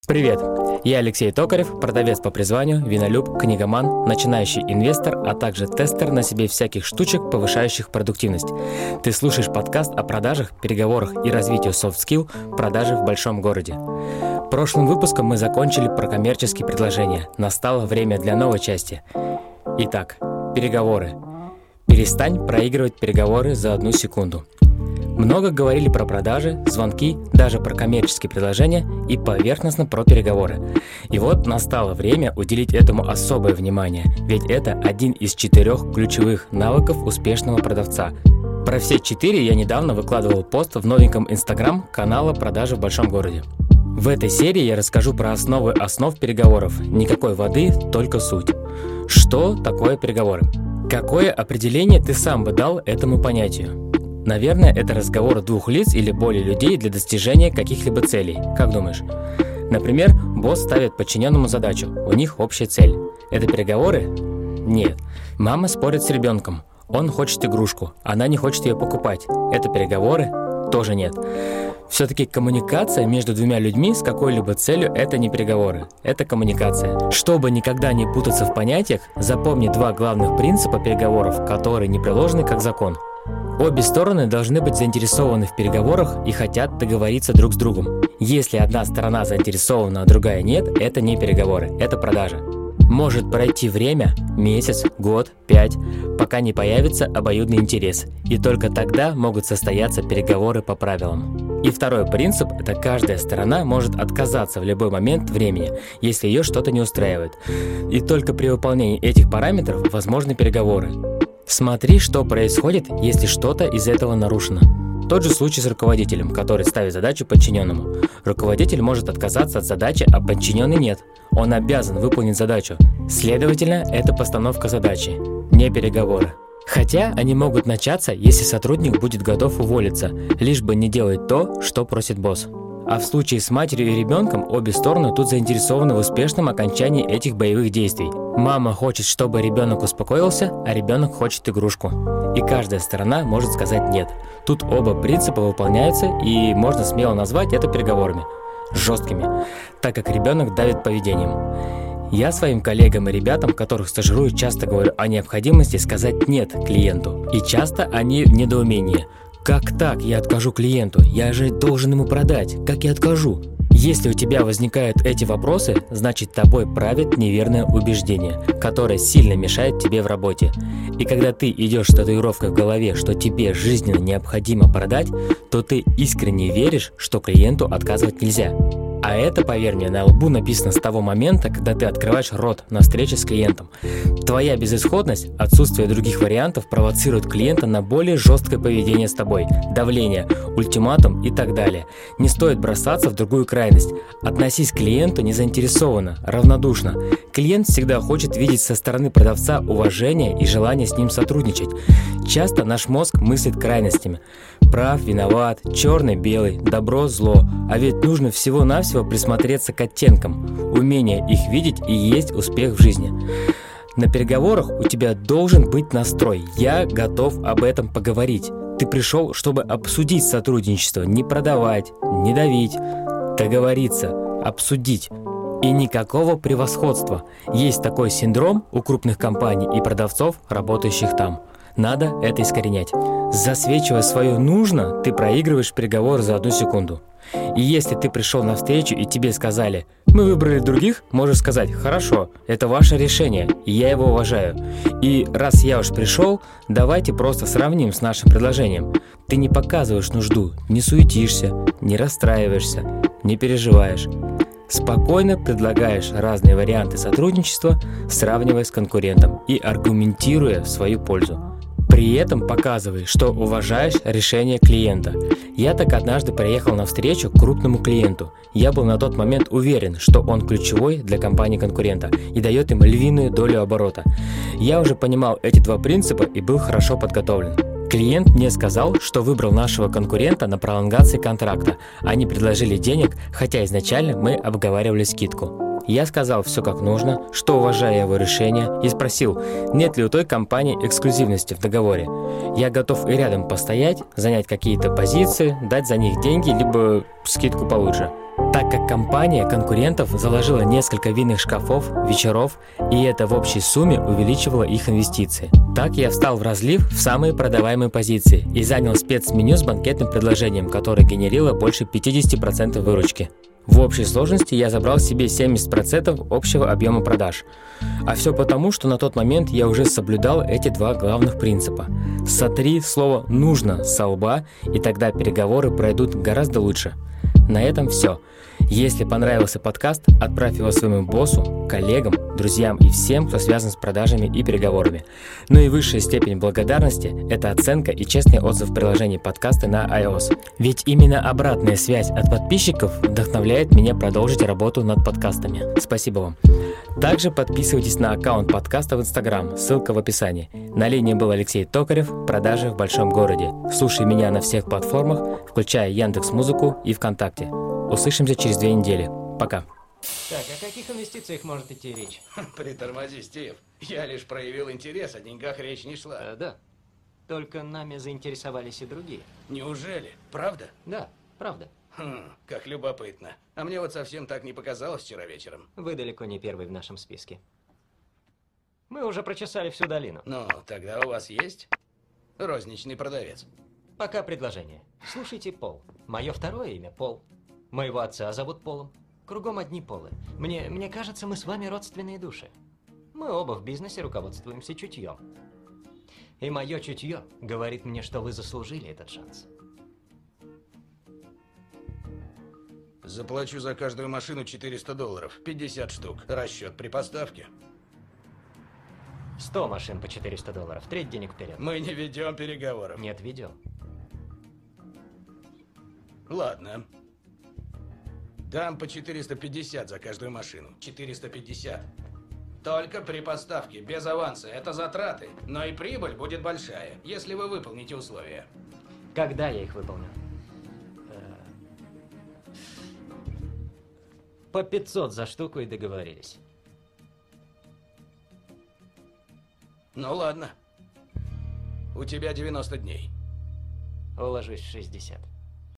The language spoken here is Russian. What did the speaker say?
Привет! Я Алексей Токарев, продавец по призванию, винолюб, книгоман, начинающий инвестор, а также тестер на себе всяких штучек, повышающих продуктивность. Ты слушаешь подкаст о продажах, переговорах и развитию soft skill продажи в большом городе. Прошлым выпуском мы закончили про коммерческие предложения. Настало время для новой части. Итак, переговоры. Перестань проигрывать переговоры за 1 секунду. Много говорили про продажи, звонки, даже про коммерческие предложения и поверхностно про переговоры. И вот настало время уделить этому особое внимание, ведь это один из 4 ключевых навыков успешного продавца. Про все 4 я недавно выкладывал пост в новеньком Instagram канала «Продажи в большом городе». В этой серии я расскажу про основы основ переговоров. Никакой воды, только суть. Что такое переговоры? Какое определение ты сам бы дал этому понятию? Наверное, это разговор 2 лиц или более людей для достижения каких-либо целей. Как думаешь? Например, босс ставит подчиненному задачу, у них общая цель. Это переговоры? Нет. Мама спорит с ребенком. Он хочет игрушку, она не хочет ее покупать. Это переговоры? Тоже нет. Все-таки коммуникация между 2 людьми с какой-либо целью – это не переговоры, это коммуникация. Чтобы никогда не путаться в понятиях, запомни 2 главных принципа переговоров, которые не приложены как закон. Обе стороны должны быть заинтересованы в переговорах и хотят договориться друг с другом. Если одна сторона заинтересована, а другая нет, это не переговоры, это продажа. Может пройти время, месяц, год, 5, пока не появится обоюдный интерес. И только тогда могут состояться переговоры по правилам. И второй принцип – это каждая сторона может отказаться в любой момент времени, если ее что-то не устраивает. И только при выполнении этих параметров возможны переговоры. Смотри, что происходит, если что-то из этого нарушено. Тот же случай с руководителем, который ставит задачу подчиненному. Руководитель может отказаться от задачи, а подчиненный нет. Он обязан выполнить задачу. Следовательно, это постановка задачи, не переговоры. Хотя они могут начаться, если сотрудник будет готов уволиться, лишь бы не делать то, что просит босс. А в случае с матерью и ребенком обе стороны тут заинтересованы в успешном окончании этих боевых действий. Мама хочет, чтобы ребенок успокоился, а ребенок хочет игрушку. И каждая сторона может сказать «нет». Тут оба принципа выполняются, и можно смело назвать это переговорами. Жесткими, так как ребенок давит поведением. Я своим коллегам и ребятам, которых стажирую, часто говорю о необходимости сказать «нет» клиенту. И часто они в недоумении. Как так я откажу клиенту? Я же должен ему продать. Как я откажу? Если у тебя возникают эти вопросы, значит тобой правит неверное убеждение, которое сильно мешает тебе в работе. И когда ты идешь с татуировкой в голове, что тебе жизненно необходимо продать, то ты искренне веришь, что клиенту отказывать нельзя. А это, поверь мне, на лбу написано с того момента, когда ты открываешь рот на встрече с клиентом. Твоя безысходность, отсутствие других вариантов провоцирует клиента на более жесткое поведение с тобой, давление, ультиматум и так далее. Не стоит бросаться в другую крайность. Относись к клиенту незаинтересованно, равнодушно. Клиент всегда хочет видеть со стороны продавца уважение и желание с ним сотрудничать. Часто наш мозг мыслит крайностями. Прав, виноват, черный, белый, добро, зло. А ведь нужно всего-навсего присмотреться к оттенкам. Умение их видеть и есть успех в жизни. На переговорах у тебя должен быть настрой. Я готов об этом поговорить. Ты пришел, чтобы обсудить сотрудничество, не продавать, не давить, договориться, обсудить. И никакого превосходства. Есть такой синдром у крупных компаний и продавцов, работающих там. Надо это искоренять. Засвечивая свое «нужно», ты проигрываешь переговоры за 1 секунду. И если ты пришел на встречу и тебе сказали «мы выбрали других», можешь сказать «хорошо, это ваше решение, и я его уважаю. И раз я уж пришел, давайте просто сравним с нашим предложением». Ты не показываешь нужду, не суетишься, не расстраиваешься, не переживаешь. Спокойно предлагаешь разные варианты сотрудничества, сравнивая с конкурентом и аргументируя в свою пользу. При этом показывай, что уважаешь решение клиента. Я так однажды приехал на встречу к крупному клиенту. Я был на тот момент уверен, что он ключевой для компании-конкурента и дает им львиную долю оборота. Я уже понимал эти 2 принципа и был хорошо подготовлен. Клиент мне сказал, что выбрал нашего конкурента на пролонгации контракта. Они предложили денег, хотя изначально мы обговаривали скидку. Я сказал все как нужно, что уважаю его решение, и спросил, нет ли у той компании эксклюзивности в договоре. Я готов и рядом постоять, занять какие-то позиции, дать за них деньги, либо скидку получше. Так так как компания конкурентов заложила несколько винных шкафов, вечеров, и это в общей сумме увеличивало их инвестиции. Так я встал в разлив в самые продаваемые позиции и занял спецменю с банкетным предложением, которое генерило больше 50% выручки. В общей сложности я забрал себе 70% общего объема продаж. А все потому, что на тот момент я уже соблюдал эти два главных принципа. Сотри слово «нужно» со лба, и тогда переговоры пройдут гораздо лучше. На этом все. Если понравился подкаст, отправь его своему боссу, коллегам, друзьям и всем, кто связан с продажами и переговорами. Ну и высшая степень благодарности – это оценка и честный отзыв в приложении подкасты на iOS. Ведь именно обратная связь от подписчиков вдохновляет меня продолжить работу над подкастами. Спасибо вам. Также подписывайтесь на аккаунт подкаста в Instagram, ссылка в описании. На линии был Алексей Токарев, продажи в большом городе. Слушай меня на всех платформах, включая Яндекс.Музыку и ВКонтакте. Услышимся через 2 недели. Пока. Так, о каких инвестициях может идти речь? Притормози, Стив. Я лишь проявил интерес, о деньгах речь не шла. Да. Только нами заинтересовались и другие. Неужели? Правда? Да, правда. Как любопытно. А мне вот совсем так не показалось вчера вечером. Вы далеко не первый в нашем списке. Мы уже прочесали всю долину. Ну, тогда у вас есть розничный продавец. Пока предложение. Слушайте, Пол. Мое второе имя Пол. Моего отца зовут Полом. Кругом одни Полы. Мне кажется, мы с вами родственные души. Мы оба в бизнесе руководствуемся чутьем. И мое чутье говорит мне, что вы заслужили этот шанс. Заплачу за каждую машину $400. 50 штук. Расчет при поставке. 100 машин по $400. Треть денег вперед. Мы не ведем переговоров. Нет, ведем. Ладно. Дам по 450 за каждую машину. 450. Только при поставке, без аванса. Это затраты. Но и прибыль будет большая, если вы выполните условия. Когда я их выполню? По 500 за штуку и договорились. Ну ладно. У тебя 90 дней. Уложусь в 60.